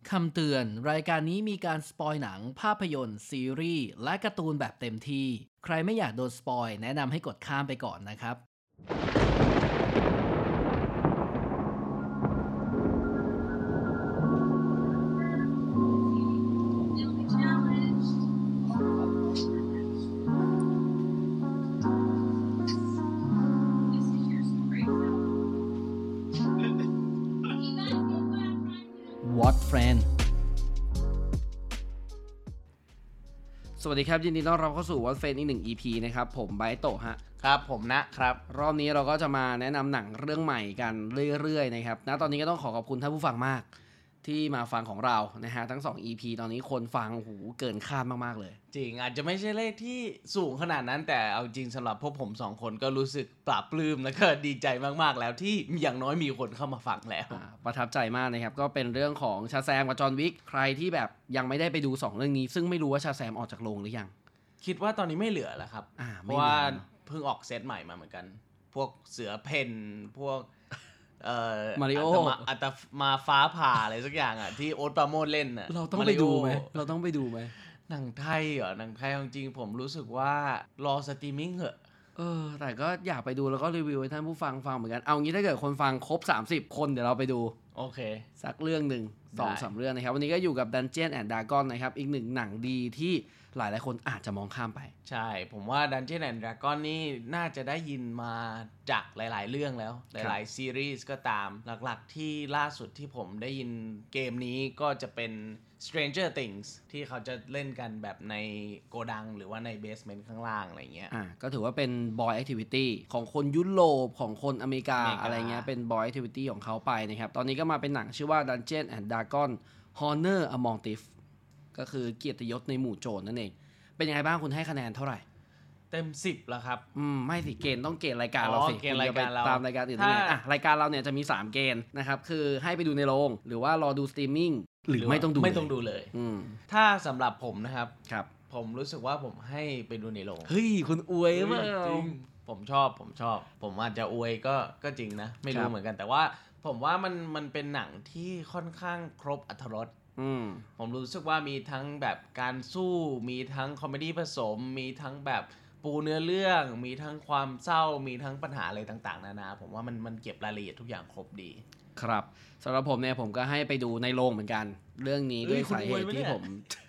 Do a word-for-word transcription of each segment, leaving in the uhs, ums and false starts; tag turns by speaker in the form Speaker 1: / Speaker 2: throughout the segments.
Speaker 1: คำเตือนรายการนี้มีการสปอยหนังภาพยนตร์ซีรีส์และการ์ตูนแบบเต็มที่ใครไม่อยากโดนสปอยแนะนำให้กดข้ามไปก่อนนะครับ What Friend สวัสดีครับยินดีต้อนรับเข้าสู่ What Friend อีกหนึ่ง อี พี นะครับผมไบโตะฮะ
Speaker 2: ครับผมนะครับ
Speaker 1: รอบนี้เราก็จะมาแนะนำหนังเรื่องใหม่กันเรื่อยๆนะครับณตอนนี้ก็ต้องขอขอบคุณท่านผู้ฟังมากที่มาฟังของเรานะฮะทั้งสอง อี พี ตอนนี้คนฟังโอ้โหเกินคาดมากๆเลย
Speaker 2: จริงอาจจะไม่ใช่เลขที่สูงขนาดนั้นแต่เอาจริงสำหรับพวกผมสองคนก็รู้สึกปลาบปลื้มและก็ดีใจมากๆแล้วที่อย่างน้อยมีคนเข้ามาฟังแล้ว
Speaker 1: ประทับใจมากนะครับก็เป็นเรื่องของชาแซมกับจอห์นวิกใครที่แบบยังไม่ได้ไปดูสองเรื่องนี้ซึ่งไม่รู้ว่าชาแซมออกจากโรงหรือยัง
Speaker 2: คิดว่าตอนนี้ไม่เหลือแล้วครับเพราะว่าเพิ่งออกเซตใหม่มาเหมือนกันพวกเสือเพ่นพวกเอ่อ
Speaker 1: มาริโอ
Speaker 2: อัตมาฟ้าผ่าอะไรสักอย่างอ่ะที่โอ๊ตปราโมชเล่นน่ะ
Speaker 1: เราต้องไปดูไหมเราต้องไปดูไหม
Speaker 2: หนังไทยเหรอหนังไทยจริงๆผมรู้สึกว่ารอสตรีมมิ่งเหอะ
Speaker 1: เออแต่ก็อยากไปดูแล้วก็รีวิวให้ท่านผู้ฟังฟังเหมือนกันเอางี้ถ้าเกิดคนฟังครบสามสิบคนเดี๋ยวเราไปดู
Speaker 2: โอเค
Speaker 1: สักเรื่องนึง สองสาม เรื่องนะครับวันนี้ก็อยู่กับ Dungeons and Dragons นะครับอีกหนึ่งหนังดีที่หลายๆคนอาจจะมองข้ามไป
Speaker 2: ใช่ผมว่า Dungeons and Dragons นี่น่าจะได้ยินมาจากหลายๆเรื่องแล้วหลายๆซีรีส์ก็ตามหลักๆที่ล่าสุดที่ผมได้ยินเกมนี้ก็จะเป็น Stranger Things ที่เขาจะเล่นกันแบบในโกดังหรือว่าในเบสเมนต์ข้างล่างอะไรเงี้ย
Speaker 1: อ่าก็ถือว่าเป็น Boy Activity ของคนยุโรปของคนอเมริกาอะไรเงี้ยเป็น Boy Activity ของเขาไปนะครับตอนนี้ก็มาเป็นหนังชื่อว่า Dungeons and Dragons Honor Among Thieves ก็คือเกียรติยศในหมู่โจรนั่นเองเป็นยังไงบ้างคุณให้คะแนนเท่าไหร่
Speaker 2: เต็มสิบแล้วครับ
Speaker 1: อืมไม่สิเกณฑ์ต้องเกณฑ์รายการเราสิ
Speaker 2: เกณฑ์รายการเรา
Speaker 1: ตามรายการอื่นได้ไงอ่ะรายการเราเนี่ยจะมีสามเกณฑ์นะครับคือให้ไปดูในโรงหรือว่ารอดูสตรีมมิ่งหรือไม่ต้องดู
Speaker 2: ไม่ต้องดูเลย
Speaker 1: อืม
Speaker 2: ถ้าสำหรับผมนะครับ
Speaker 1: ครับ
Speaker 2: ผมรู้สึกว่าผมให้ไปดูในโรง
Speaker 1: เฮ้ยคุณอวยมาก
Speaker 2: จริงผมชอบผมชอบผมอาจจะอวยก็ก็จริงนะไม่รู้เหมือนกันแต่ว่าผมว่ามันมันเป็นหนังที่ค่อนข้างครบอรรถรสผมรู้สึกว่ามีทั้งแบบการสู้มีทั้งคอมเมดี้ผสมมีทั้งแบบปูเนื้อเรื่องมีทั้งความเศร้ามีทั้งปัญหาอะไรต่างๆนานาผมว่ามันมันเก็บรายละเอียดทุกอย่างครบดี
Speaker 1: ครับสำหรับผมเนี่ยผมก็ให้ไปดูในโรงเหมือนกันเรื่องนี้ด้วยสาเหตุที่ผม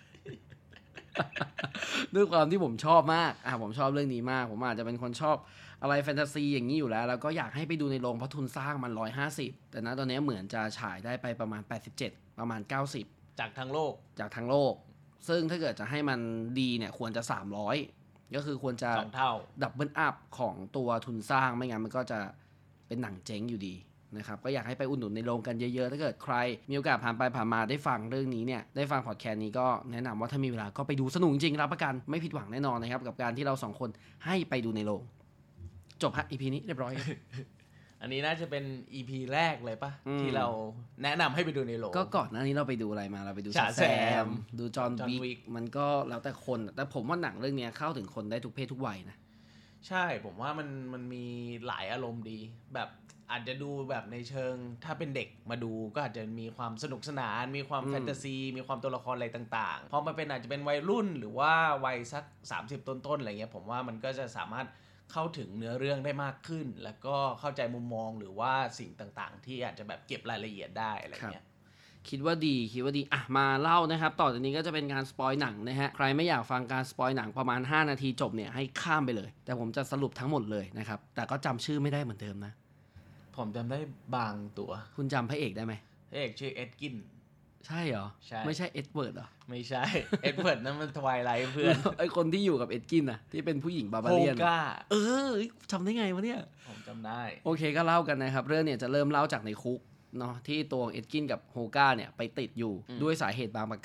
Speaker 1: ด้วยความที่ผมชอบมากอ่ะผมชอบเรื่องนี้มากผมอาจจะเป็นคนชอบอะไรแฟนตาซีอย่างนี้อยู่แล้วแล้วก็อยากให้ไปดูในโรงเพราะทุนสร้างมันหนึ่งร้อยห้าสิบแต่ณตอนนี้เหมือนจะฉายได้ไปประมาณแปดสิบเจ็ดประมาณเก้าสิบ
Speaker 2: จากทั้งโลก
Speaker 1: จากทั้งโลกซึ่งถ้าเกิดจะให้มันดีเนี่ยควรจะสามร้อยก็คือควรจะ
Speaker 2: สองเท่า
Speaker 1: ดับเบิลอัพของตัวทุนสร้างไม่งั้นมันก็จะเป็นหนังเจ๊งอยู่ดีนะครับก็อยากให้ไปอุดหนุนในโรงกันเยอะๆถ้าเกิดใครมีโอกาสผ่านไปผ่านมาได้ฟังเรื่องนี้เนี่ยได้ฟังพอดแคสต์นี้ก็แนะนำว่าถ้ามีเวลาก็ไปดูสนุกจริงรับประกันไม่ผิดหวังแน่นอนนะครับกับการที่เราสองคนให้ไปดูในโรงจบฮะ อี พี นี้เรียบร้อย
Speaker 2: อันนี้น่าจะเป็น อี พี แรกเลยปะที่เราแนะนำให้ไปดูในโรง
Speaker 1: ก็ก่อนหน้านี้เราไปดูอะไรมาเราไปดู
Speaker 2: ชาแซม
Speaker 1: ดูจอห์นวิกมันก็แล้วแต่คนแต่ผมว่าหนังเรื่องนี้เข้าถึงคนได้ทุกเพศทุกวัยนะ
Speaker 2: ใช่ผมว่ามันมันมีหลายอารมณ์ดีแบบอาจจะดูแบบในเชิงถ้าเป็นเด็กมาดูก็อาจจะมีความสนุกสนานมีความแฟนตาซีมีความตัวละครอะไรต่างๆพอมาเป็นอาจจะเป็นวัยรุ่นหรือว่าวัยสักสามสิบต้นๆอะไรเงี้ยผมว่ามันก็จะสามารถเข้าถึงเนื้อเรื่องได้มากขึ้นแล้วก็เข้าใจมุมมองหรือว่าสิ่งต่างๆที่อาจจะแบบเก็บรายละเอียดได้อะไรเงี้ย
Speaker 1: คิดว่าดีคิดว่าดีอ่ะมาเล่านะครับต่อจากนี้ก็จะเป็นการสปอยหนังนะฮะใครไม่อยากฟังการสปอยหนังประมาณห้านาทีจบเนี่ยให้ข้ามไปเลยแต่ผมจะสรุปทั้งหมดเลยนะครับแต่ก็จำชื่อไม่ได้เหมือนเดิมนะ
Speaker 2: ผมจำได้บางตัว
Speaker 1: คุณจำพระเอกได้ไหม
Speaker 2: พระเอกชื่อเอ็ดกิน
Speaker 1: ใช่เหรอใช่ไม่ใช่เอ็ดเวิร์ดเหรอ
Speaker 2: ไม่ใช่เอ็ดเวิร์ดนั่นมันทวายไลท์เพื่อน
Speaker 1: ไอคนที่อยู่กับเอ็ดกินน่ะที่เป็นผู้หญิงบาบาเลียนเออจำได้ไงวะเนี่ย
Speaker 2: ผมจำได้
Speaker 1: โอเคก็เล่ากันนะครับเรื่องเนี่ยจะเริ่มเล่าจากในคุกเนาะที่ตัวเอ็ดกินกับโฮก้าเนี่ยไปติดอยู่ด้วยสาเหตุบางประการ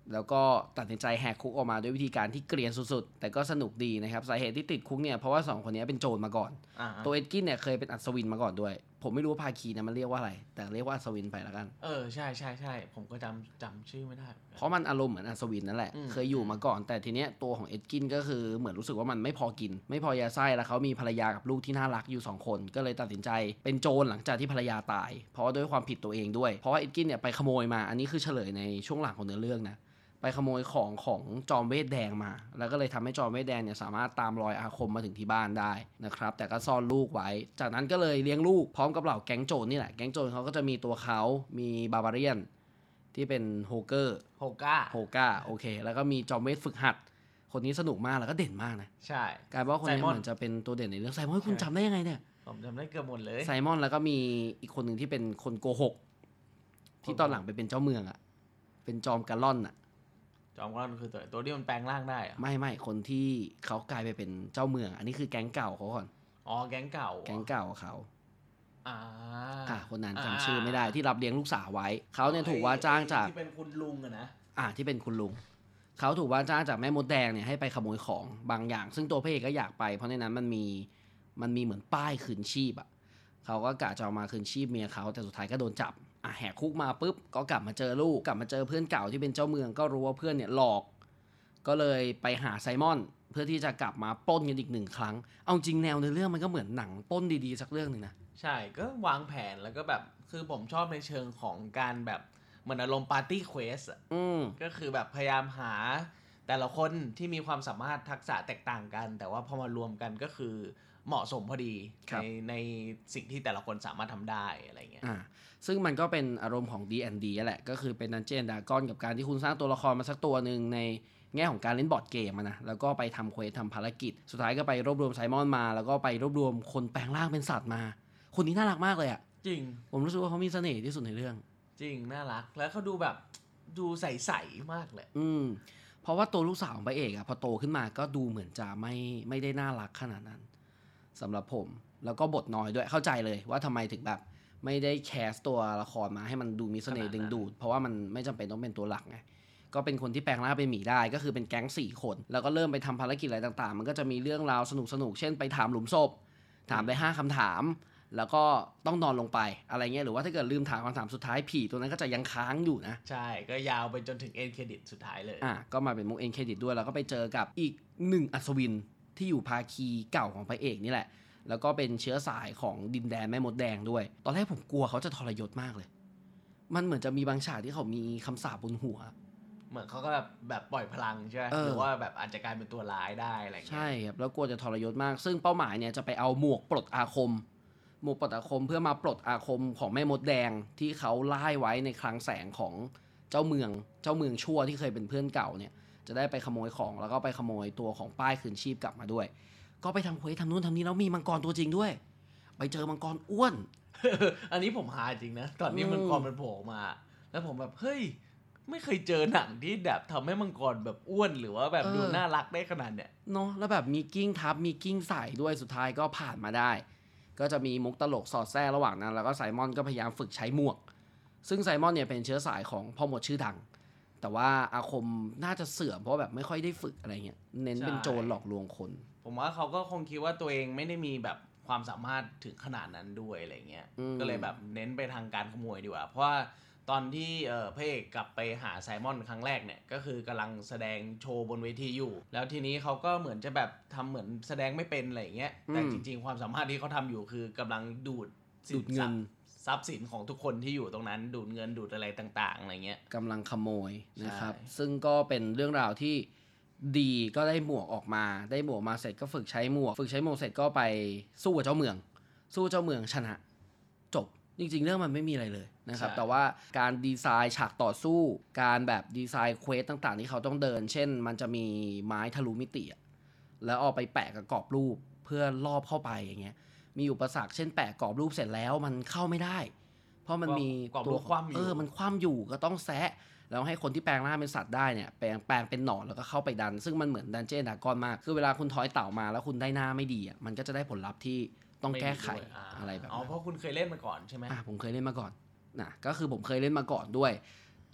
Speaker 1: แล้วก็ตัดสินใจแหกคุกออกมาด้วยวิธีการที่เกรียนสุดๆแต่ก็สนุกดีนะครับสาเหตุที่ติดคุกเนี่ยเพราะว่าสองคนนี้เป็นโจรมาก่อนตัวเอ็ดกินเนี่ยเคยเป็นอัศวินมาก่อนด้วยผมไม่รู้ว่าภาคีนะมันเรียกว่าอะไรแต่เรียกว่าอัศวินไปแล้วกัน
Speaker 2: เออใช่ใช่ใช่ผมก็จำจำชื่อไม่ได้
Speaker 1: เพราะมันอารมณ์เหมือนอัศวินนั่นแหละเคยอยู่มาก่อนแต่ทีเนี้ยตัวของเอ็ดกินก็คือเหมือนรู้สึกว่ามันไม่พอกินไม่พอยาไส้แล้วเขามีภรรยากับลูกที่น่ารักอยู่สองคนก็เลยตัดสินใจเป็นโจรหลังจากที่ภรรยาตายเพราะว่าด้วยความผิดตัวเองด้วยเพราะว่าเอ็ดกินเนี่ยไปขโมยมาอันนี้คือเฉลยในช่วงหลังของเนื้อเรื่องนะไปขโมยของของจอมเวทแดงมาแล้วก็เลยทำให้จอมเวทแดงเนี่ยสามารถตามรอยอาคมมาถึงที่บ้านได้นะครับแต่ก็ซ่อนลูกไว้จากนั้นก็เลยเลี้ยงลูกพร้อมกับเหล่าแก๊งโจรนี่แหละแก๊งโจรเขาก็จะมีตัวเขามีบาบาเรียนที่เป็นโฮเกอร์
Speaker 2: โฮก้า
Speaker 1: โฮก้าโอเคแล้วก็มีจอมเวทฝึกหัดคนนี้สนุกมากแล้วก็เด่นมากนะ
Speaker 2: ใช่
Speaker 1: กลายเป็นว่าคนนี้เหมือนจะเป็นตัวเด่นในเรื่องไซมอนคุณจำได้ยังไงเนี่ย
Speaker 2: ผมจำได้เกือบหมดเลย
Speaker 1: ไซมอนแล้วก็มีอีกคนหนึ่งที่เป็นคนโกหกที่ตอนหลังไปเป็นเจ้าเมืองอ่ะเป็นจอมกาล่อนอ่ะ
Speaker 2: จอมกาล่อนคือตัวตัวที่มันแปลงร่างได้อะ
Speaker 1: ไม่ไม่คนที่เขากลายไปเป็นเจ้าเมืองอันนี้คือแก๊งเก่าเขาก่อน
Speaker 2: อ๋อแก๊งเก่า
Speaker 1: แก๊งเก่าเขา
Speaker 2: อ่า
Speaker 1: อ่ะคนนั้นจำชื่อไม่ได้ที่รับเลี้ยงลูกสาวไว้เขาเนี่ยถูกว่าจ้างจาก
Speaker 2: ที่เป็นคุณลุงอะนะ
Speaker 1: อ่ะที่เป็นคุณลุงเขาถูกว่าจ้างจากแม่มดแดงเนี่ยให้ไปขโมยของบางอย่างซึ่งตัวพระเอกก็อยากไปเพราะในนั้นมันมีมันมีเหมือนป้ายคืนชีพอ่ะเขาก็กะจะเอามาคืนชีพเมียเขาแต่สุดท้ายก็โดนจับอ่ะแหกคุกมาปุ๊บก็กลับมาเจอลูกกลับมาเจอเพื่อนเก่าที่เป็นเจ้าเมืองก็รู้ว่าเพื่อนเนี่ยหลอกก็เลยไปหาไซมอนเพื่อที่จะกลับมาปล้นกันอีกหนึ่งครั้งเอาจริงแนวในเรื่องมันก็เหมือนหนังปล้นดีๆสักเรื่องนึงนะ
Speaker 2: ใช่ก็วางแผนแล้วก็แบบคือผมชอบในเชิงของการแบบเหมือนอารมณ์ปาร์ตี้เควสอ่ะก็คือแบบพยายามหาแต่ละคนที่มีความสามารถทักษะแตกต่างกันแต่ว่าพอมารวมกันก็คือเหมาะสมพอดีในในสิ่งที่แต่ละคนสามารถทำได้อะไรเงี้ย
Speaker 1: อ่าซึ่งมันก็เป็นอารมณ์ของ ดี แอนด์ ดี แหละก็คือเป็น Dungeons and Dragons กับการที่คุณสร้างตัวละครมาสักตัวหนึ่งในแง่ของการเล่นบอร์ดเกมนะแล้วก็ไปทำเควสทำภารกิจสุดท้ายก็ไปรวบรวมไซมอนมาแล้วก็ไปรวบรวมคนแปลงร่างเป็นสัตว์มาคนนี้น่ารักมากเลยอ่ะ
Speaker 2: จริง
Speaker 1: ผมรู้สึกว่าเขามีเสน่ห์ที่สุดในเรื่อง
Speaker 2: จริงน่ารักแล้วเขาดูแบบดูใสๆมากเลย
Speaker 1: อืมเพราะว่าตัวลูกสาวของพระเอกอะพอโตขึ้นมาก็ดูเหมือนจะไม่ไม่ได้น่ารักขนาดนั้นสำหรับผมแล้วก็บทน้อยด้วยเข้าใจเลยว่าทำไมถึงแบบไม่ได้แคสตัวละครมาให้มันดูมีเสน่ห์ดึงดูดเพราะว่ามันไม่จำเป็นต้องเป็นตัวหลักไงก็เป็นคนที่แปลงร่างเป็นหมีได้ก็คือเป็นแก๊งสี่คนแล้วก็เริ่มไปทำภารกิจอะไรต่างๆมันก็จะมีเรื่องราวสนุกๆเช่นไปถามหลุมศพถามได้ห้าคำถามแล้วก็ต้องนอนลงไปอะไรเงี้ยหรือว่าถ้าเกิดลืมถามคำถามสุดท้ายผีตัวนั้นก็จะยังค้างอยู่นะ
Speaker 2: ใช่ก็ยาวไปจนถึงเอ็นเครดิตสุดท้ายเลย
Speaker 1: อ่ะก็มาเป็นมุกเอ็นเครดิตด้วยแล้วก็ไปเจอกับอีกหนึ่งอัศวินที่อยู่ภาคีเก่าของพระเอกนี่แหละแล้วก็เป็นเชื้อสายของดินแดนแม่มดแดงด้วยตอนแรกผมกลัวเขาจะทรยศมากเลยมันเหมือนจะมีบางฉากที่เขามีคำสาปบนหัว
Speaker 2: เหมือนเขาก็แบบแบบปล่อยพลังใช่ไหมหรือว่าแบบอาจจะกลายเป็นตัวร้ายได้อะไรอย่างเงี้ย
Speaker 1: ใช่ครับแล้วกลัวจะทรยศมากซึ่งเป้าหมายเนี่ยจะไปเอาหมวกปลดอาคมหมวกปลดอาคมเพื่อมาปลดอาคมของแม่มดแดงที่เขาล่ายไว้ในคลังแสงของเจ้าเมืองเจ้าเมืองชั่วที่เคยเป็นเพื่อนเก่าเนี่ยจะได้ไปขโมยของแล้วก็ไปขโมยตัวของป้ายคืนชีพกลับมาด้วยก็ไปทำเควสทำนู่นทำนี่แล้วมีมังกรตัวจริงด้วยไปเจอมังกรอ้วน
Speaker 2: อันนี้ผมหาจริงนะตอนนี้มังกรมันโผล่มาแล้วผมแบบเฮ้ยไม่เคยเจอหนังที่แบบทำให้มังกรแบบอ้วนหรือว่าแบบดูน่ารักได้ขนาดเนี้ย
Speaker 1: เนาะแล้วแบบมีกิ้งทับมีกิ้งใส่ด้วยสุดท้ายก็ผ่านมาได้ก็จะมีมุกตลกสอดแทรกระหว่างนั้นแล้วก็ไซมอนก็พยายามฝึกใช้หมวกซึ่งไซมอนเนี่ยเป็นเชื้อสายของพ่อมดชื่อดังแต่ว่าอาคมน่าจะเสื่อมเพราะแบบไม่ค่อยได้ฝึกอะไรเงี้ยเน้นเป็นโจรหลอกลวงคน
Speaker 2: ผมว่าเขาก็คงคิดว่าตัวเองไม่ได้มีแบบความสามารถถึงขนาดนั้นด้วยอะไรเงี้ยก็เลยแบบเน้นไปทางการขโมยดีกว่าเพราะว่าตอนที่เอ่อพระเอกกลับไปหาไซมอนครั้งแรกเนี่ยก็คือกำลังแสดงโชว์บนเวทีอยู่แล้วทีนี้เขาก็เหมือนจะแบบทำเหมือนแสดงไม่เป็นอะไรเงี้ยแต่จริงๆความสามารถที่เขาทำอยู่คือกำลังดูด
Speaker 1: ดูดเงิน
Speaker 2: ทรัพย์สินของทุกคนที่อยู่ตรงนั้นดูดเงินดูดอะไรต่างๆอะไรเงี้ย
Speaker 1: กำลังขโมยนะครับซึ่งก็เป็นเรื่องราวที่ดีก็ได้หมวกออกมาได้หมวกมาเสร็จก็ฝึกใช้หมวกฝึกใช้หมวกเสร็จก็ไปสู้กับเจ้าเมืองสู้เจ้าเมืองชนะจบจริงๆเรื่องมันไม่มีอะไรเลยนะครับแต่ว่าการดีไซน์ฉากต่อสู้การแบบดีไซน์เควสต่างๆที่เขาต้องเดินเช่นมันจะมีไม้ทะลุมิติแล้วเอาไปแปะกับกรอบรูปเพื่อลอบเข้าไปอย่างเงี้ยมีอุปสรรคเช่นแปะกรอบรูปเสร็จแล้วมันเข้าไม่ได้เพราะมันมี
Speaker 2: ตัวคว่ำอยู่
Speaker 1: เออมันคว่ำอยู่ก็ต้องแซะแล้วให้คนที่แปลงร่างเป็นสัตว์ได้เนี่ยแปลงแปลงเป็นหนอนแล้วก็เข้าไปดันซึ่งมันเหมือนดันเจี้ยนดากอนมากคือเวลาคุณทอยเต่ามาแล้วคุณได้หน้าไม่ดีอ่ะมันก็จะได้ผลลัพธ์ที่ต้องแก้ไขอะไรแบบ
Speaker 2: อ๋อเพราะคุณเคยเล่นมาก่อนใช่ไหม
Speaker 1: อ่ะผมเคยเล่นมาก่อนนะก็คือผมเคยเล่นมาก่อนด้วย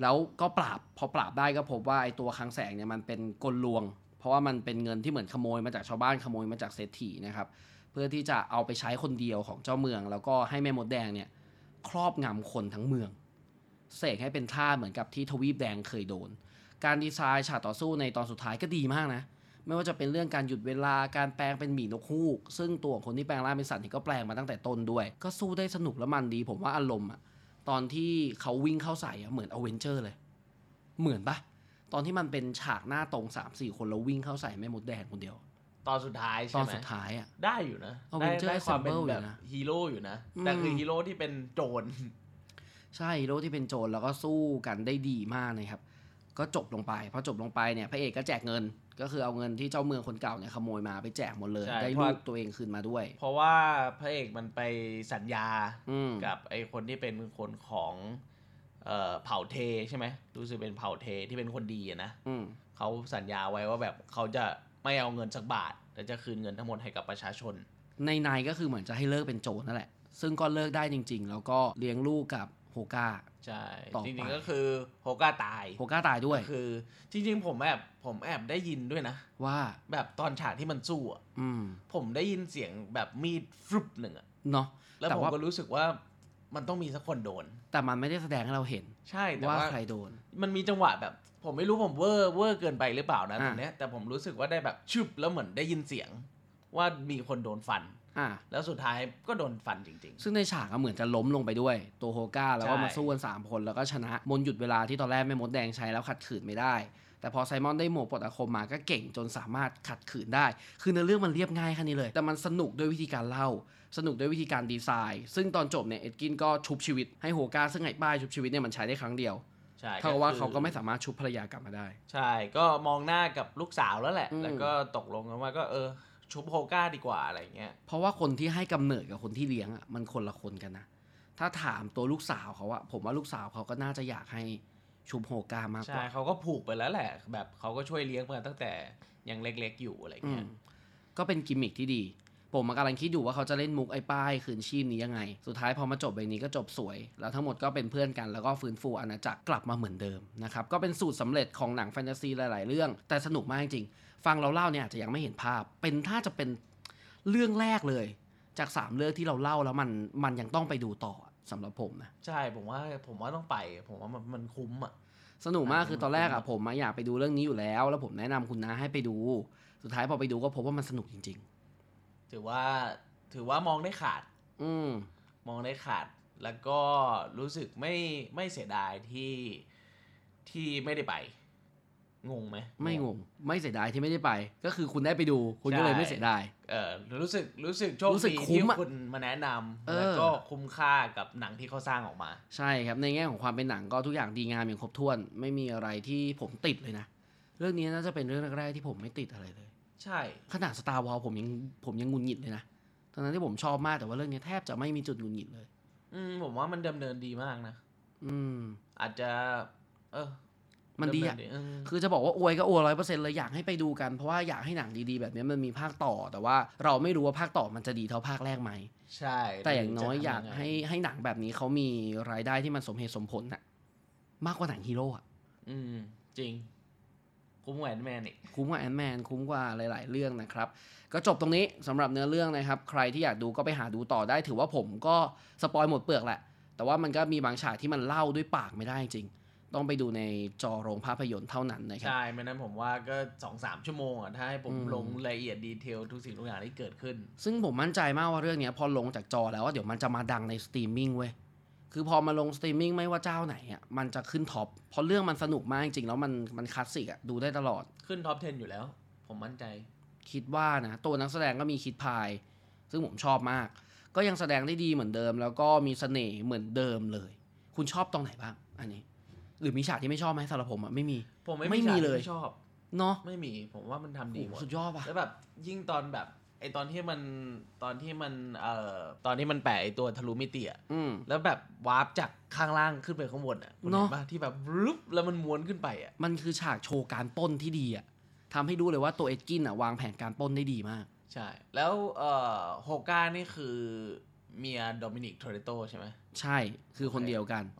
Speaker 1: แล้วก็ปราบพอปราบได้ก็พบว่าไอ้ตัวคลังแสงเนี่ยมันเป็นกลลวงเพราะว่ามันเป็นเงินที่เหมือนขโมยมาจากชาวบ้านขโมยมาจากเศรษฐีนะครับเพื่อที่จะเอาไปใช้คนเดียวของเจ้าเมืองแล้วก็ให้แม่มดแดงเนี่ยครอบงำคนทั้งเมืองเสกให้เป็นท่าเหมือนกับที่ทวีปแดงเคยโดนการดีไซน์ฉากต่อสู้ในตอนสุดท้ายก็ดีมากนะไม่ว่าจะเป็นเรื่องการหยุดเวลาการแปลงเป็นหมีนกฮูกซึ่งตัวของคนที่แปลงร่างเป็นสัตว์นี่ก็แปลงมาตั้งแต่ต้นด้วยก็สู้ได้สนุกและมันดีผมว่าอารมณ์อะตอนที่เขาวิ่งเข้าใส่อะเหมือนอเวนเจอร์เลยเหมือนปะตอนที่มันเป็นฉากหน้าตรง สามสี่ คนแล้ววิ่งเข้าใส่แม่มดแดงคนเดียว
Speaker 2: ตอนสุดท้ายใช่ไหม
Speaker 1: ตอนสุดท้ายอ่ะ
Speaker 2: ได้อยู่นะได้
Speaker 1: Avenger
Speaker 2: ได้ความเป็น
Speaker 1: Assemble
Speaker 2: แบบ
Speaker 1: อยู่นะ
Speaker 2: ฮีโร่อยู่นะแต่คือฮีโร่ที่เป็นโจร
Speaker 1: ใช่ฮีโร่ที่เป็นโจรแล้วก็สู้กันได้ดีมากนะครับก็จบลงไปพอจบลงไปเนี่ยพระเอกก็แจกเงินก็คือเอาเงินที่เจ้าเมืองคนเก่าเนี่ยขโมยมาไปแจกหมดเลยได้ลูกตัวเองคืนมาด้วย
Speaker 2: เพราะว่าพระเอกมันไปสัญญา
Speaker 1: อืม
Speaker 2: กับไอ้คนที่เป็นคนของเอ่อเผ่าเทใช่ไหมรู้สึกเป็นเผ่าเทที่เป็นคนดีอะนะ
Speaker 1: อืม
Speaker 2: เขาสัญญาไว้ว่าแบบเขาจะไม่เอาเงินสักบาทแต่จะคืนเงินทั้งหมดให้กับประชาชน
Speaker 1: ในในก็คือเหมือนจะให้เลิกเป็นโจรนั่นแหละซึ่งก็เลิกได้จริงๆแล้วก็เลี้ยงลูกกับโฮก้า
Speaker 2: ใช่จริงๆก็คือโฮก้าตาย
Speaker 1: โฮก้าตายด้วย
Speaker 2: คือจริงๆผมแอบผมแอบได้ยินด้วยนะ
Speaker 1: ว่า
Speaker 2: แบบตอนฉากที่มันสู้อ่ะผมได้ยินเสียงแบบมีดฟลุปหนึ่งอ่ะ
Speaker 1: เนาะ
Speaker 2: แล้วผมก็รู้สึกว่ามันต้องมีสักคนโดน
Speaker 1: แต่มันไม่ได้แสดงให้เราเห็น
Speaker 2: ใช่แต่
Speaker 1: ว่าใครโดน
Speaker 2: มันมีจังหวะแบบผมไม่รู้ผมเวอร์เวอร์เกินไปหรือเปล่านะตรงเนี้ยแต่ผมรู้สึกว่าได้แบบชึบแล้วเหมือนได้ยินเสียงว่ามีคนโดนฟัน
Speaker 1: อ่า
Speaker 2: แล้วสุดท้ายก็โดนฟันจริง
Speaker 1: ๆซึ่งในฉากก็เหมือนจะล้มลงไปด้วยตัวโฮก้าแล้วก็มาสู้กันสามคนแล้วก็ชนะมนหยุดเวลาที่ตอนแรกแม่มดแดงใช้แล้วขัดขืนไม่ได้แต่พอไซมอนได้หมวกปลดอาคมมาก็เก่งจนสามารถขัดขืนได้คือในเรื่องมันเรียบง่ายแค่นี้เลยแต่มันสนุกด้วยวิธีการเล่าสนุกด้วยวิธีการดีไซน์ซึ่งตอนจบเนี่ยเอ็ดกินก็ชุบชีวิตให้โฮก้าซึ่งไอ้ป้ายชุบชีวิตเนี่ยมันใช้ได้ครั้งเดียวเท่ากับว่าเขาก็ไม่สามารถชุบภรรยากลับมาได้
Speaker 2: ใช่ก็มองหน้ากับลูกสาวแล้วแหละแล้วก็ตกลงกันว่าก็เออชุบโฮก้าดีกว่าอะไรเงี้ย
Speaker 1: เพราะว่าคนที่ให้กำเนิดกับคนที่เลี้ยงอ่ะมันคนละคนกันนะถ้าถามตัวลูกสาวเขาอะผมว่าลูกสาวเขาก็น่าจะอยากให้ชุบโฮก้ามากกว่า
Speaker 2: ใช่เขาก็ผูกไปแล้วแหละแบบเขาก็ช่วยเลี้ยงมาตั้งแต่ยังเล็กๆอยู่อะไรเงี้ย
Speaker 1: ก็เป็นกิมมิคที่ดีผมกำลังคิดอยู่ว่าเขาจะเล่นมุกไอ้ป้ายคืนชีพนี้ยังไงสุดท้ายพอมาจบใบนี้ก็จบสวยแล้วทั้งหมดก็เป็นเพื่อนกันแล้วก็ฟื้นฟูอาณาจักรกลับมาเหมือนเดิมนะครับก็เป็นสูตรสำเร็จของหนังแฟนตาซีหลายๆเรื่องแต่สนุกมากจริงฟังเราเล่าเนี่ยอาจจะยังไม่เห็นภาพเป็นถ้าจะเป็นเรื่องแรกเลยจากสามเรื่องที่เราเล่าแล้วมันมันยังต้องไปดูต่อสำหรับผมนะ
Speaker 2: ใช่ผมว่าผมว่าต้องไปผมว่ามันมันคุ้มอ่ะ
Speaker 1: สนุกมากคือตอนแรกอะผมอยากไปดูเรื่องนี้อยู่แล้วแล้วผมแนะนำคุณน้าให้ไปดูสุดท้ายพอไปดูก็พบว่ามันสนุกจริง
Speaker 2: ๆถือว่าถือว่ามองได้ขาด
Speaker 1: อืม
Speaker 2: มองได้ขาดแล้วก็รู้สึกไม่ไม่เสียดายที่ที่ไม่ได้ไปงงไหม
Speaker 1: ไม่งงไม่เสียดายที่ไม่ได้ไปก็คือคุณได้ไปดูคุณก็เลยไม่เสียดาย
Speaker 2: เออรู้สึกรู้สึกโชคดีที่คุณมาแนะนำแล้วก็คุ้มค่ากับหนังที่เขาสร้างออกมา
Speaker 1: ใช่ครับในแง่ของความเป็นหนังก็ทุกอย่างดีงามอย่างครบถ้วนไม่มีอะไรที่ผมติดเลยนะเรื่องนี้น่าจะเป็นเรื่องแรกๆที่ผมไม่ติดอะไรเลย
Speaker 2: ใช่
Speaker 1: ขนาด Star Wars ผมยังผมยังงุนหงิดเลยนะตอนนั้นที่ผมชอบมากแต่ว่าเรื่องนี้แทบจะไม่มีจุดงุนหงิดเลย
Speaker 2: อืมผมว่ามันดำเนินดีมากนะ
Speaker 1: อืม
Speaker 2: อาจจะเออ
Speaker 1: มันดีอ่ะคือจะบอกว่าอวยก็อวยร้อยเปอร์เซ็นต์เลยอยากให้ไปดูกันเพราะว่าอยากให้หนังดีๆแบบนี้มันมีภาคต่อแต่ว่าเราไม่รู้ว่าภาคต่อมันจะดีเท่าภาคแรกไหม
Speaker 2: ใช่
Speaker 1: แต่อย่างน้อยอยากให้ให้หนังแบบนี้เขามีรายได้ที่มันสมเหตุสมผลน่ะมากกว่าหนังฮีโร่อ่ะ
Speaker 2: อืมจริงคุ้มกว่าแอนด์แมนอีก
Speaker 1: คุ้มกว่าแอนด์แมนคุ้มกว่าหลายๆเรื่องนะครับก็จบตรงนี้สำหรับเนื้อเรื่องนะครับใครที่อยากดูก็ไปหาดูต่อได้ถือว่าผมก็สปอยหมดเปลือกแหละแต่ว่ามันก็มีบางฉากที่มันเล่าด้วยปากไม่ได้จริงต้องไปดูในจอโรงภาพยนตร์เท่านั้นนะครับ
Speaker 2: ใช่ไม่นั้นผมว่าก็ สองถึงสาม ชั่วโมงอ่ะถ้าให้ผมลงรายละเอียดดีเทลทุกสิ่งทุกอย่างที่เกิดขึ้น
Speaker 1: ซึ่งผมมั่นใจมากว่าเรื่องนี้พอลงจากจอแล้วเดี๋ยวมันจะมาดังในสตรีมมิ่งเว้ยคือพอมาลงสตรีมมิ่งไม่ว่าเจ้าไหนอ่ะมันจะขึ้นท็อปเพราะเรื่องมันสนุกมากจริงแล้วมันมันคลาสสิกอ่ะดูได้ตลอด
Speaker 2: ขึ้นท็อปสิบอยู่แล้วผมมั่นใจ
Speaker 1: คิดว่านะตัวนักแสดงก็มีคิดพายซึ่งผมชอบมากก็ยังแสดงได้ดีเหมือนเดิมแล้วก็มีเสน่ห์เหมือนเดิมเลยคุณชอบตรงไหนบ้างอันนี้หรือมีฉากที่ไม่ชอบไหมสำหรับผมอ่ะไม่มี
Speaker 2: ผมไม่มีเลยไม่ชอบ
Speaker 1: เนาะ
Speaker 2: ไม่มีผมว่ามันทำดีหมด
Speaker 1: สุดยอดป่ะ
Speaker 2: แล้วแบบยิ่งตอนแบบไอตอนที่มันตอนที่มันเอ่อตอนที่มันแปะไอตัวทะลุมิติอ่ะแล้วแบบวาร์ปจากข้างล่างขึ้นไปข้างบนอ่ะเนาะที่แบบรุบแล้วมันม้วนขึ้นไปอ่ะ
Speaker 1: มันคือฉากโชว์การปล้นที่ดีอ่ะทำให้ดูเลยว่าตัวเอ็ดกินอ่ะวางแผนการปล้นได้ดีมาก
Speaker 2: ใช่แล้วเอ่อโฮก้านี่คือเมียโดมินิกโทเรโตใช่ไหม
Speaker 1: ใช่คือคนเดียวกัน
Speaker 2: โอเค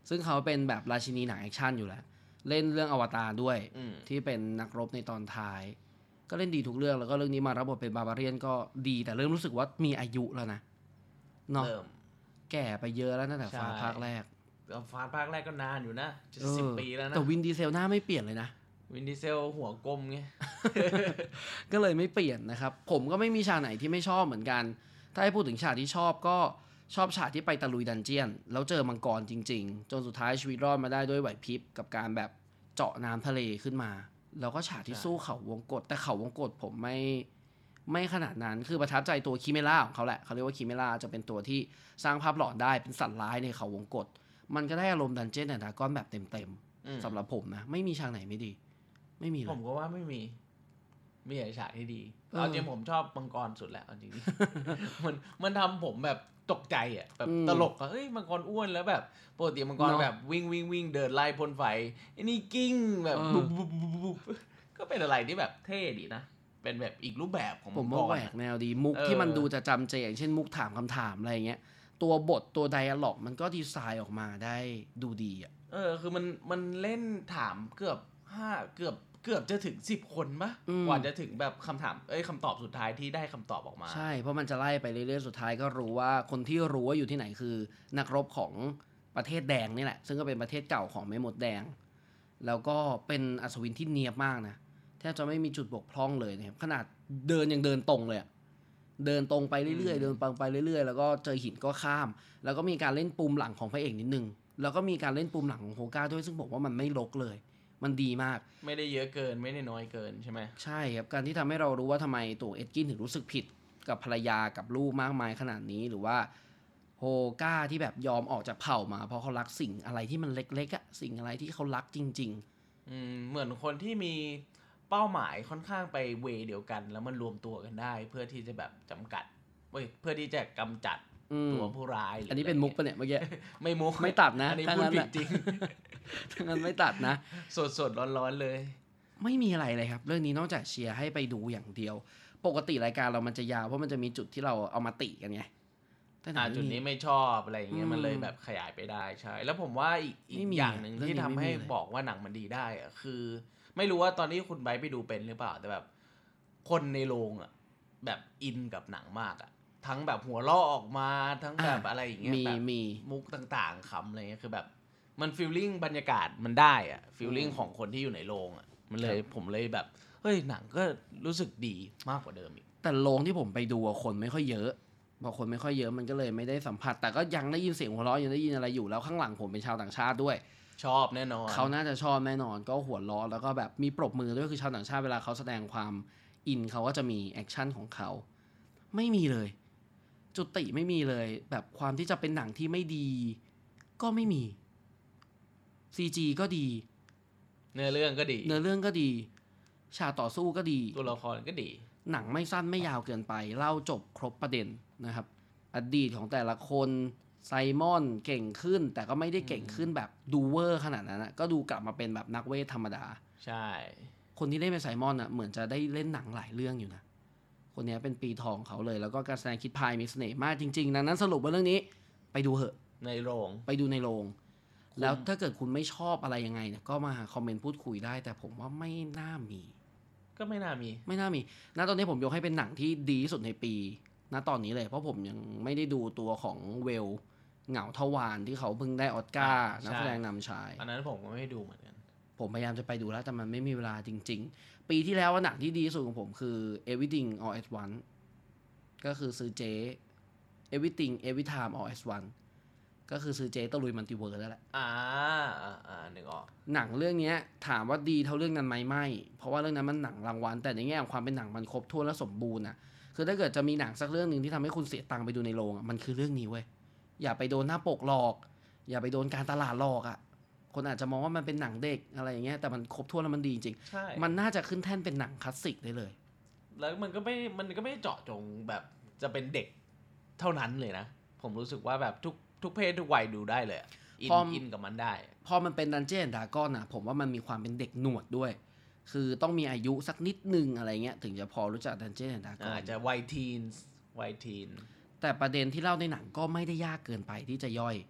Speaker 1: ซึ่งเขาเป็นแบบราชินีหนังแอคชั่นอยู่แล้วเล่นเรื่องอวตารด้วย
Speaker 2: อืม
Speaker 1: ที่เป็นนักรบในตอนท้าย ก็เล่นดีทุกเรื่องแล้วก็เรื่องนี้มารับบทเป็นบาบาเรียนก็ดีแต่เริ่มรู้สึกว่ามีอายุแล้วนะเนาะ
Speaker 2: เริ่ม
Speaker 1: แก่ไปเยอะแล้วตั้งแต่
Speaker 2: ใช่
Speaker 1: ฟ้าภาคแรก
Speaker 2: ก็ฟาสต์ภาคแรกก็นานอยู่นะจะ
Speaker 1: เออ
Speaker 2: สิบปีแล้วนะ
Speaker 1: แต่วินดีเซลหน้าไม่เปลี่ยนเลยนะ
Speaker 2: วินดีเซลหัวกลมไง
Speaker 1: ก็เลยไม่เปลี่ยนนะครับ ผมก็ไม่มีฉากไหนที่ไม่ชอบเหมือนกัน ถ้าให้พูดถึงฉากที่ชอบก็ชอบฉากที่ไปตะลุยดันเจียน แล้วเจอมังกรจริงๆ จนสุดท้ายชีวิตรอดมาได้ด้วยไหวพริบกับการแบบเจาะน้ำทะเลขึ้นมา แล้วก็ฉากที่
Speaker 2: ใช่
Speaker 1: สู้เขาวงกตแต่เขาวงกตผมไม่ไม่ขนาดนั้นคือประทับใจตัวคิเมล่าของเขาแหละเขาเรียกว่าคิเมล่าจะเป็นตัวที่สร้างภาพหลอนได้เป็นสัตว์ร้ายในเขาวงกตมันก็ได้อารมณ์ดันเจียนแต่ดากอนแบบเต็ม
Speaker 2: อืม
Speaker 1: ๆสำหรับผมนะไม่มีฉากไหนไม่ดี ไม่มีเล
Speaker 2: ผ
Speaker 1: ย
Speaker 2: มก็ว่าไม่มี มีแต่ฉากที่ดี
Speaker 1: เออ
Speaker 2: เอาจริงผมชอบมังกรสุดแหละเอาจริง มันมันทำผมแบบตกใจอ่ะแบบ
Speaker 1: อืม
Speaker 2: ตลกอ่ะเอ้ยมังกรอ้วนแล้วแบบปกติมังกร
Speaker 1: เนอะ
Speaker 2: แบบวิ่งวิ่งวิ่งเดินไล่พ่นไฟไอ้นี่กิ้งแบบ
Speaker 1: เออ
Speaker 2: บุบบุบบุบบุบก็เป็นอะไรที่แบบเท่ดีนะ เป็นแบบอีกรูปแบบของ
Speaker 1: ผ
Speaker 2: มั
Speaker 1: ม
Speaker 2: งก
Speaker 1: ว่าร แหวก
Speaker 2: อะ
Speaker 1: แนวดีมุก
Speaker 2: เออ
Speaker 1: ที่มันดูจะจำเจอย่างเช่นมุกถามคำถามอะไรเงี้ยตัวบทตัวไดอะล็อกมันก็ดีไซน์ออกมาได้ดูดีอ่ะ
Speaker 2: เออคือมันมันเล่นถามเกือบห้าเกือบเกือบจะถึงสิบคนปะ
Speaker 1: อืม
Speaker 2: กว่าจะถึงแบบคำถามเอ้ยคำตอบสุดท้ายที่ได้คำตอบออกมา
Speaker 1: ใช่เพราะมันจะไล่ไปเรื่อยๆสุดท้ายก็รู้ว่าคนที่รู้ว่าอยู่ที่ไหนคือนักรบของประเทศแดงนี่แหละ ซึ่งก็เป็นประเทศเก่าของแม่มดแดง แล้วก็เป็นอัศวินที่เนียบมากนะแทบจะไม่มีจุดบกพร่องเลยนะครับขนาดเดินยังเดินตรงเลยอะเดินตรงไปเรื่อย
Speaker 2: อืม
Speaker 1: ๆเดินตรงไปเรื่อยๆ แล้วก็เจอหินก็ข้าม แล้วก็มีการเล่นปูมหลังของพระเอกนิดนึงแล้วก็มีการเล่นปูมหลังของโฮก้าด้วยซึ่งผมว่ามันไม่รกเลย มันดีมาก
Speaker 2: ไม่ได้เยอะเกินไม่ได้น้อยเกินใช่ไหม
Speaker 1: ใช่ครับการที่ทำให้เรารู้ว่าทำไมตัวเอ็ดกินถึงรู้สึกผิดกับภรรยากับลูกมากมายขนาดนี้หรือว่าโฮก้าที่แบบยอมออกจากเผ่ามา เพราะเขารักสิ่งอะไรที่มันเล็กๆอะสิ่งอะไรที่เขารักจริง
Speaker 2: อืมเหมือนคนที่มีเป้าหมายค่อนข้างไปเวย์เดียวกัน แล้วมันรวมตัวกันได้ เพื่อที่จะแบบจำกัดเว้ยเพื่อที่จะกำจัด
Speaker 1: ๆอืม
Speaker 2: ตัวผู้ร้ายหรื
Speaker 1: อันนี้เป็นมุก
Speaker 2: ะไร
Speaker 1: ปะเนี่ยเมื่อกี้
Speaker 2: งี้ยไม่มุก
Speaker 1: ไม่ตัดนะ
Speaker 2: อันนี้
Speaker 1: ถ้า
Speaker 2: พูด
Speaker 1: งั้น
Speaker 2: ผิด
Speaker 1: อะ
Speaker 2: จริง
Speaker 1: ถ้างั้นไม่ตัดนะ
Speaker 2: สดสดร้อนร้อนๆเลย
Speaker 1: ไม่มีอะไรเลยครับ เรื่องนี้นอกจากเชียร์ให้ไปดูอย่างเดียว ปกติรายการเรามันจะยาวเพราะมันจะมีจุดที่เราเอามาติกันไงแต่หนั
Speaker 2: อ่าง จุด
Speaker 1: เรื่อง
Speaker 2: นี้
Speaker 1: นี้
Speaker 2: ไม่ชอบอะไรอย่างเงี้ย
Speaker 1: อืม
Speaker 2: มันเลยแบบขยายไปได้ใช่ แล้วผมว่าอีกอี
Speaker 1: ไม่
Speaker 2: ก
Speaker 1: มี
Speaker 2: อย่างหนึ่ง
Speaker 1: เรื่อง
Speaker 2: ที่
Speaker 1: นี้
Speaker 2: ทำ
Speaker 1: ไม่
Speaker 2: ให้
Speaker 1: มีเลย
Speaker 2: บอกว่าหนังมันดีได้อะคือ ไม่รู้ว่าตอนนี้คุณไบร์ทไปดูเป็นหรือเปล่าแต่แบบ คนในโรงอะแบบอินกับหนังมากอะทั้งแบบหัวเราะออกมาทั้งแบบอะไรอย่างเงี้ย
Speaker 1: มี
Speaker 2: แบบ
Speaker 1: มี
Speaker 2: มุกต่างๆคำอะไรเงี้ยคือแบบมันฟีลลิ่งบรรยากาศมันได้อะฟีลลิ่ง
Speaker 1: อืม
Speaker 2: ของคนที่อยู่ในโรงอะมันเลย
Speaker 1: ครับ
Speaker 2: ผมเลยแบบเฮ้ยหนังก็รู้สึกดีมากกว่าเดิมอีก
Speaker 1: แต่โรงที่ผมไปดูอะคนไม่ค่อยเยอะพอคนไม่ค่อยเยอะมันก็เลยไม่ได้สัมผัส แต่ก็ยังได้ยินเสียงหัวเราะยังได้ยินอะไรอยู่แล้วข้างหลังผมเป็นชาวต่างชาติด้วย
Speaker 2: ชอบแน่นอน
Speaker 1: เขาน่าจะชอบแน่นอนก็หัวเราะแล้วก็แบบมีปรบมือด้วยคือชาวต่างชาติเวลาเขาแสดงความอินเขาก็จะมีแอคชั่นของเขา ไม่มีเลย จุติไม่มีเลย แบบความที่จะเป็นหนังที่ไม่ดี ก็ไม่มี ซี จี ก็ดี
Speaker 2: เนื้อเรื่องก็ดี
Speaker 1: เนื้อเรื่องก็ดี ฉากต่อสู้ก็ดี
Speaker 2: ตัวละครก็ดี
Speaker 1: หนังไม่สั้นไม่ยาวเกินไป เล่าจบครบประเด็นนะครับ อดีตของแต่ละคนไซมอนเก่งขึ้น แต่ก็ไม่ได้เก่งขึ้นแบบดูเวอร์ขนาดนั้นนะก็ดูกลับมาเป็นแบบนักเวทธรรมดา
Speaker 2: ใช่
Speaker 1: คนที่เล่นเป็นไซมอนอ่ะเหมือนจะได้เล่นหนังหลายเรื่องอยู่นะ คนนี้เป็นปีทองเขาเลย แล้วก็การแสดงคิดพายมีเสน่ห์มากจริงๆดังนั้นสรุปว่าเรื่องนี้ ไปดูเหอะ
Speaker 2: ในโรง
Speaker 1: ไปดูในโรง แล้วถ้าเกิดคุณไม่ชอบอะไรยังไงเนี่ยก็มาคอมเมนต์พูดคุยได้ แต่ผมว่าไม่น่ามี
Speaker 2: ก็ไม่น่ามี
Speaker 1: ไม่น่ามี ณ ตอนนี้ผมยกให้เป็นหนังที่ดีที่สุดในปี ณ ตอนนี้เลย เพราะผมยังไม่ได้ดูตัวของเวล เหงาทวารที่เขาเพิ่งได้ออสการ์
Speaker 2: อ่าใช่
Speaker 1: นักแสดงนำชาย
Speaker 2: อันนั้นผมก็ไม่ได้ดูเหมือนกัน
Speaker 1: ผมพยายามจะไปดูแล้วแต่มันไม่มีเวลาจริง ๆ ปีที่แล้วว่าหนังที่ดีที่สุดของผมคือ Everything All at Once ก็คือซื้อเจ Everything Every Time All at Once ก็คือซื้อเจตะลุยมัลติเวิร์สแล้วแหละ
Speaker 2: อ่าอ่าอ่านึกออก
Speaker 1: หนังเรื่องนี้ถามว่าดีเท่าเรื่องนั้นไหมไม่ เพราะว่าเรื่องนั้นมันหนังรางวัลแต่ในแง่ของความเป็นหนังมันครบถ้วนและสมบูรณ์นะคือถ้าเกิดจะมีหนังสักเรื่องหนึ่งที่ทำให้คุณเสียตังค์ไปดูในโรงอะมันคือเรื่องนี้เว้ยอย่าไปโดนหน้าปกหลอก อย่าไปโดนการตลาดหลอกอ่ะคนอาจจะมองว่ามันเป็นหนังเด็กอะไรอย่างเงี้ยแต่มันครบถ้วนแล้วมันดีจริง
Speaker 2: ใช่
Speaker 1: มันน่าจะขึ้นแท่นเป็นหนังคลาสสิกได้เลย
Speaker 2: แล้วมันก็ไม่มันก็ไม่เจาะจงแบบจะเป็นเด็กเท่านั้นเลยนะ ผมรู้สึกว่าแบบทุกทุกเพศทุกวัยดูได้เลยอะอิน
Speaker 1: พอ
Speaker 2: อินกับมันได้
Speaker 1: พอมันเป็นดันเจี้ยนดากอนอ่ะผมว่ามันมีความเป็นเด็กหนวดด้วย คือต้องมีอายุสักนิดนึงอะไรเงี้ยถึงจะพอรู้จักดันเจี้ยนดากอน
Speaker 2: อาจจะวัยทีนวัยทีน
Speaker 1: แต่ประเด็นที่เล่าในหนังก็ไม่ได้ยากเกินไปที่จะย่อย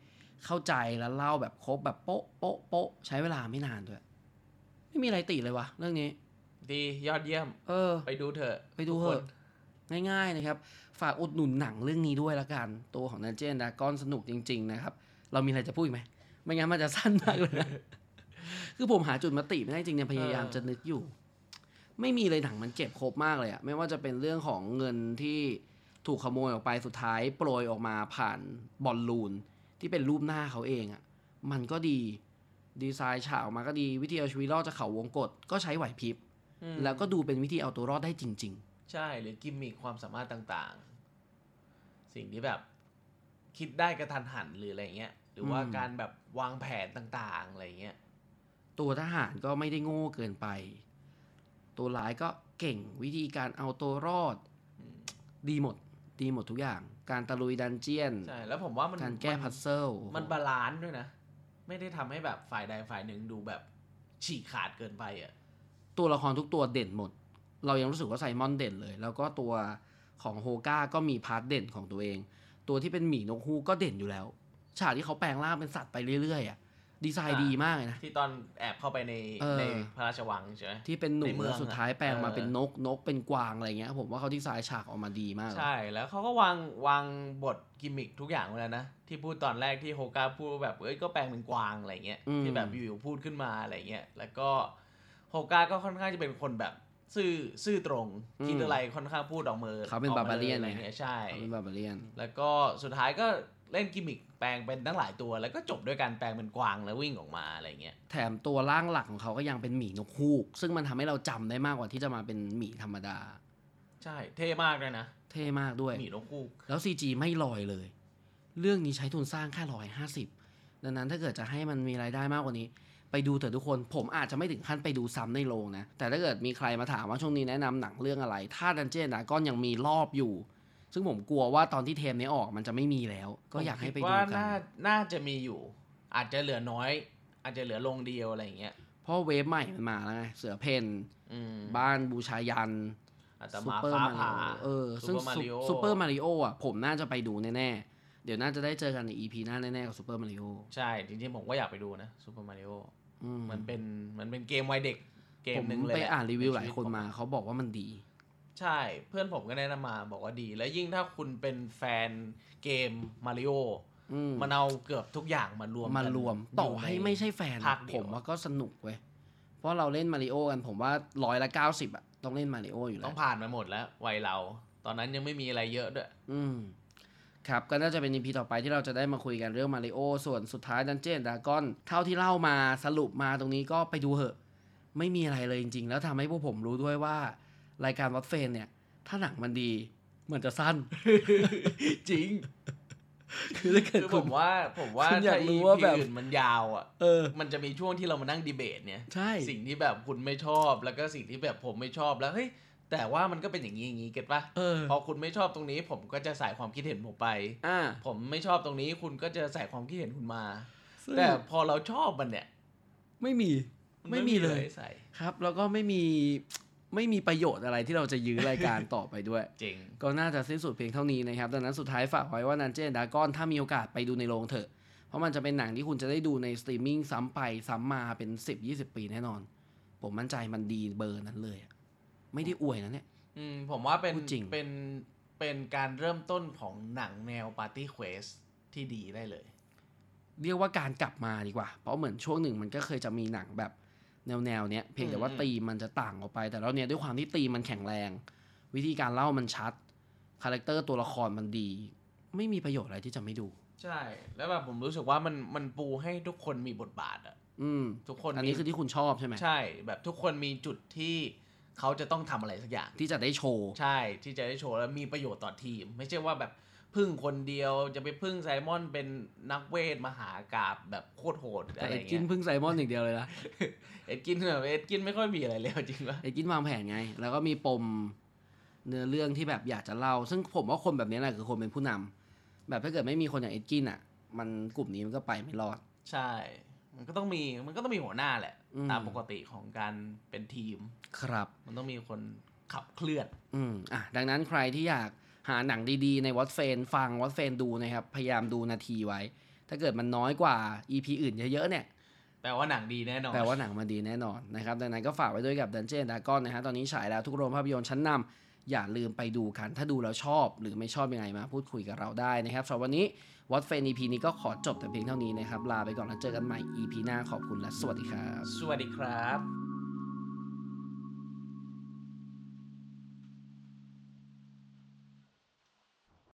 Speaker 1: เข้าใจแล้วเล่าแบบครบแบบโป๊ะโป๊ะโป๊ะใช้เวลาไม่นานด้วยไม่มีอะไรติเลยวะเรื่องนี้
Speaker 2: ดียอดเยี่ยม
Speaker 1: เออ
Speaker 2: ไปดูเถอะ
Speaker 1: ไปดูเถอะง่ายๆนะครับฝากอุดหนุนหนังเรื่องนี้ด้วยละกันตัวของ Dungeons and Dragons สนุกจริงๆนะครับเรามีอะไรจะพูดอีกไหมไม่งั้นมันจะสั้นมากเลยนะ คือผมหาจุดมาติไม่ได้จริงเนี่ยพยายามจะนึกอยู่ไม่มีเลยหนังมันเก็บครบมากเลยอะไม่ว่าจะเป็นเรื่องของเงินที่ถูกขโมยออกไปสุดท้ายโปรยออกมาผ่านบอลลูนที่เป็นรูปหน้าเขาเองอะมันก็ดีดีไซน์ฉากออกมาก็ดีวิธีเอาชีวิตรอดจากเขาวงกฏก็ใช้ไหวพริบแล้วก็ดูเป็นวิธีเอาตัวรอดได้จริง
Speaker 2: ๆใช่หรือกิมมิคความสามารถต่างๆสิ่งที่แบบคิดได้กระทันหันหรืออะไรเงี้ยหรือว่าการแบบวางแผนต่างๆอะไรเงี้ย
Speaker 1: ตัวทหารก็ไม่ได้โง่เกินไปตัวร้ายก็เก่งวิธีการเอาตัวรอดดีหมดดีหมดทุกอย่างการตะลุยดันเจียน
Speaker 2: ใช่แล้วผมว่ามัน
Speaker 1: การแก้พัซเซิล
Speaker 2: มันบาลานซ์ด้วยนะไม่ได้ทำให้แบบฝ่ายใดฝ่ายหนึ่งดูแบบฉีกขาดเกินไปอ่ะ
Speaker 1: ตัวละครทุกตัวเด่นหมดเรายังรู้สึกว่าไซมอนเด่นเลยแล้วก็ตัวของโฮก้าก็มีพาร์ทเด่นของตัวเองตัวที่เป็นหมีนกฮูกก็เด่นอยู่แล้วฉากที่เขาแปลงร่างเป็นสัตว์ไปเรื่อยๆอ่ะดีไซน์ดีมากเลยนะ
Speaker 2: ที่ตอนแอบเข้าไปในในพระราชวังใช่ไหม
Speaker 1: ที่เป็นหนุ่มแล้วสุดท้ายแปลงมาเป็นนกนกเป็นกวางอะไรเงี้ยผมว่าเขาดีไซน์ฉากออกมาดีมาก
Speaker 2: ใช่แล้วเขาก็วางวางบทกิมมิคทุกอย่างไว้แล้วนะที่พูดตอนแรกที่โฮก้าพูดแบบเอ้ยก็แปลงเป็นกวางอะไรเงี้ยที่แบบอยู่ๆพูดขึ้นมาอะไรเงี้ยแล้วก็โฮก้าก็ค่อนข้างจะเป็นคนแบบซื่อซื่อตรงคิดอะไรค่อนข้างพูดออกมือ
Speaker 1: เขาเป็นบาบาเลียน
Speaker 2: อะไรเงี้ยใช่
Speaker 1: เขาเป็นบาบาเลียน
Speaker 2: แล้วก็สุดท้ายก็เล่นกิมมิคแปลงเป็นตั้งหลายตัวแล้วก็จบด้วยการแปลงเป็นกวางแล้ววิ่งออกมาอะไรเงี้ย
Speaker 1: แถมตัวร่างหลักของเขาก็ยังเป็นหมีนกฮูกซึ่งมันทำให้เราจำได้มากกว่าที่จะมาเป็นหมีธรรมดา
Speaker 2: ใช่เท่มากเลยนะ
Speaker 1: เท่มากด้วย
Speaker 2: หมีนกฮูก
Speaker 1: แล้ว ซี จี ไม่ลอยเลยเรื่องนี้ใช้ทุนสร้างแค่หนึ่งร้อยห้าสิบดังนั้นถ้าเกิดจะให้มันมีรายได้มากกว่านี้ไปดูเถอะทุกคนผมอาจจะไม่ถึงขั้นไปดูซ้ำในโรงนะแต่ถ้าเกิดมีใครมาถามว่าช่วงนี้แนะนำหนังเรื่องอะไรถ้า Dungeons and Dragons ยังมีรอบอยู่ซึ่งผมกลัวว่าตอนที่เทมนี้ออกมันจะไม่มีแล้วก็อยากให้ไปดูกัน
Speaker 2: ว่าน่าจะมีอยู่อาจจะเหลือน้อยอาจจะเหลือลงเดียวอะไรอย่างเงี้ย
Speaker 1: เพราะเวฟใหม่มันมาแล้วไงเสือเพนบ้านบูชายัน
Speaker 2: ซูเปอร์มาริโอ
Speaker 1: เออซึ่งซูเปอร์มาริโออ่ะผมน่าจะไปดูแน่ๆเดี๋ยวน่าจะได้เจอกันใน อี พี หน้าแน่ๆกับซูเปอร์มาริโอ
Speaker 2: ใช่จริงๆผมก็อยากไปดูนะซูเปอร์มาริโอมันเป็นมันเป็นเกมวัยเด็กเกมนึงเลย
Speaker 1: ผมไปอ่านรีวิวหลายคนมาเขาบอกว่ามันดี
Speaker 2: ใช่เพื่อนผมก็แนะนำมาบอกว่าดีแล้วยิ่งถ้าคุณเป็นแฟนเกมมาริโอมันเอาเกือบทุกอย่างมารวม
Speaker 1: มารวมต่อให้ไม่ใช่แฟนผมว่าก็สนุกเว้ยเพราะเราเล่นมาริโอกันผมว่าร้อยละเก้าสิบอะต้องเล่นมาริโออยู่แล้ว
Speaker 2: ต้องผ่านมาหมดแล้ววัยเราตอนนั้นยังไม่มีอะไรเยอะด้วย
Speaker 1: อืมครับก็น่าจะเป็น อี พี ต่อไปที่เราจะได้มาคุยกันเรื่องมาริโอส่วนสุดท้าย Dungeons and Dragons เท่าที่เล่ามาสรุปมาตรงนี้ก็ไปดูเหอะไม่มีอะไรเลยจริงๆแล้วทำให้พวกผมรู้ด้วยว่ารายการวัดเฟนเนี่ยถ้าหนังมันดีมันจะสั้น
Speaker 2: จริง
Speaker 1: คือถ้าเกิด
Speaker 2: ผมว่าผมว่า
Speaker 1: อยากรู้ว่าแบบ
Speaker 2: อื่นมันยาวอ่ะมันจะมีช่วงที่เรามานั่งดีเบตเนี่ย
Speaker 1: ใช่
Speaker 2: สิ่งที่แบบคุณไม่ชอบแล้วก็สิ่งที่แบบผมไม่ชอบแล้วเฮ้ยแต่ว่ามันก็เป็นอย่างนี้อย่างนี้เก็ตป่ะพอคุณไม่ชอบตรงนี้ผมก็จะใส่ความคิดเห็นผมไปผมไม่ชอบตรงนี้คุณก็จะใส่ความคิดเห็นคุณมาแต่พอเราชอบมันเนี่ย
Speaker 1: ไม่มีไม่มีเลยครับแล้วก็ไม่มีไม่มีประโยชน์อะไรที่เราจะยื้อรายการต่อไปด้วย
Speaker 2: จริง
Speaker 1: ก็น่าจะสิ้นสุดเพียงเท่านี้นะครับดังนั้นสุดท้ายฝากไว้ว่า Dungeons and Dragons ถ้ามีโอกาสไปดูในโรงเถอะเพราะมันจะเป็นหนังที่คุณจะได้ดูในสตรีมมิ่งซ้ำไปซ้ำมาเป็น สิบยี่สิบ ปีแน่นอนผมมั่นใจมันดีเบอร์นั้นเลยไม่ได้อวยนะเนี่ย
Speaker 2: อืมผมว่าเป็นเป็นเป็นการเริ่มต้นของหนังแนว Party Quest ที่ดีได้เลย
Speaker 1: เรียกว่าการกลับมาดีกว่าเพราะเหมือนช่วงหนึ่งมันก็เคยจะมีหนังแบบแนวแนวเนี้ยเพียงแต่ว่าตีมันจะต่างออกไปแต่แล้วเนี้ยด้วยความที่ตีมันแข็งแรงวิธีการเล่ามันชัดคาแรคเตอร์ตัวละครมันดีไม่มีประโยชน์อะไรที่จะไม่ดู
Speaker 2: ใช่แล้วแบบผมรู้สึกว่ามันมันปูให้ทุกคนมีบทบาทอ่ะ
Speaker 1: อืม
Speaker 2: ทุกคน
Speaker 1: อันนี้คือที่คุณชอบใช่ไหม
Speaker 2: ใช่แบบทุกคนมีจุดที่เขาจะต้องทำอะไรสักอย่าง
Speaker 1: ที่จะได้โชว์
Speaker 2: ใช่ที่จะได้โชว์แล้วมีประโยชน์ต่อทีมไม่ใช่ว่าแบบพึ่งคนเดียวจะไปพึ่งไซมอนเป็นนักเวทมหากาพย์แบบโคตรโหดอะไรเงี้ย
Speaker 1: กินพึ่งไซมอนอย่างเดียวเลยนะ
Speaker 2: เอ็ดกินแบบเอ็ดกินไม่ค่อยมีอะไรเลยจริงป่ะ
Speaker 1: เอ็ดกินวางแผนไงแล้วก็มีปมเนื้อเรื่องที่แบบอยากจะเล่าซึ่งผมว่าคนแบบนี้แหละคือคนเป็นผู้นำแบบถ้าเกิดไม่มีคนอย่างเอ็ดกินอ่ะมันกลุ่มนี้มันก็ไปไม่รอด
Speaker 2: ใช่มันก็ต้องมีมันก็ต้องมีหัวหน้าแหละตามปกติของการเป็นทีม
Speaker 1: ครับ
Speaker 2: มันต้องมีคนขับเคลื่อน
Speaker 1: อืมอ่ะดังนั้นใครที่อยากหาหนังดีๆในวอตเฟนฟังวอตเฟนดูนะครับพยายามดูนาทีไว้ถ้าเกิดมันน้อยกว่า อี พี อื่นเยอะๆเนี่ย
Speaker 2: แปลว่าหนังดีแน่นอน
Speaker 1: แปลว่าหนังมันดีแน่นอนนะครับดังนั้นก็ฝากไว้ด้วยกับ Dungeons and Dragons นะฮะตอนนี้ฉายแล้วทุกโรงภาพยนตร์ชั้นนำอย่าลืมไปดูกันถ้าดูแล้วชอบหรือไม่ชอบยังไงมาพูดคุยกับเราได้นะครับสำหรับวันนี้ What Fan อี พี นี้ก็ขอจบแต่เพียงเท่านี้นะครับลาไปก่อนแล้วเจอกันใหม่ อี พี หน้าขอบคุณและสวัสดีครับ
Speaker 2: สวัสดีครับ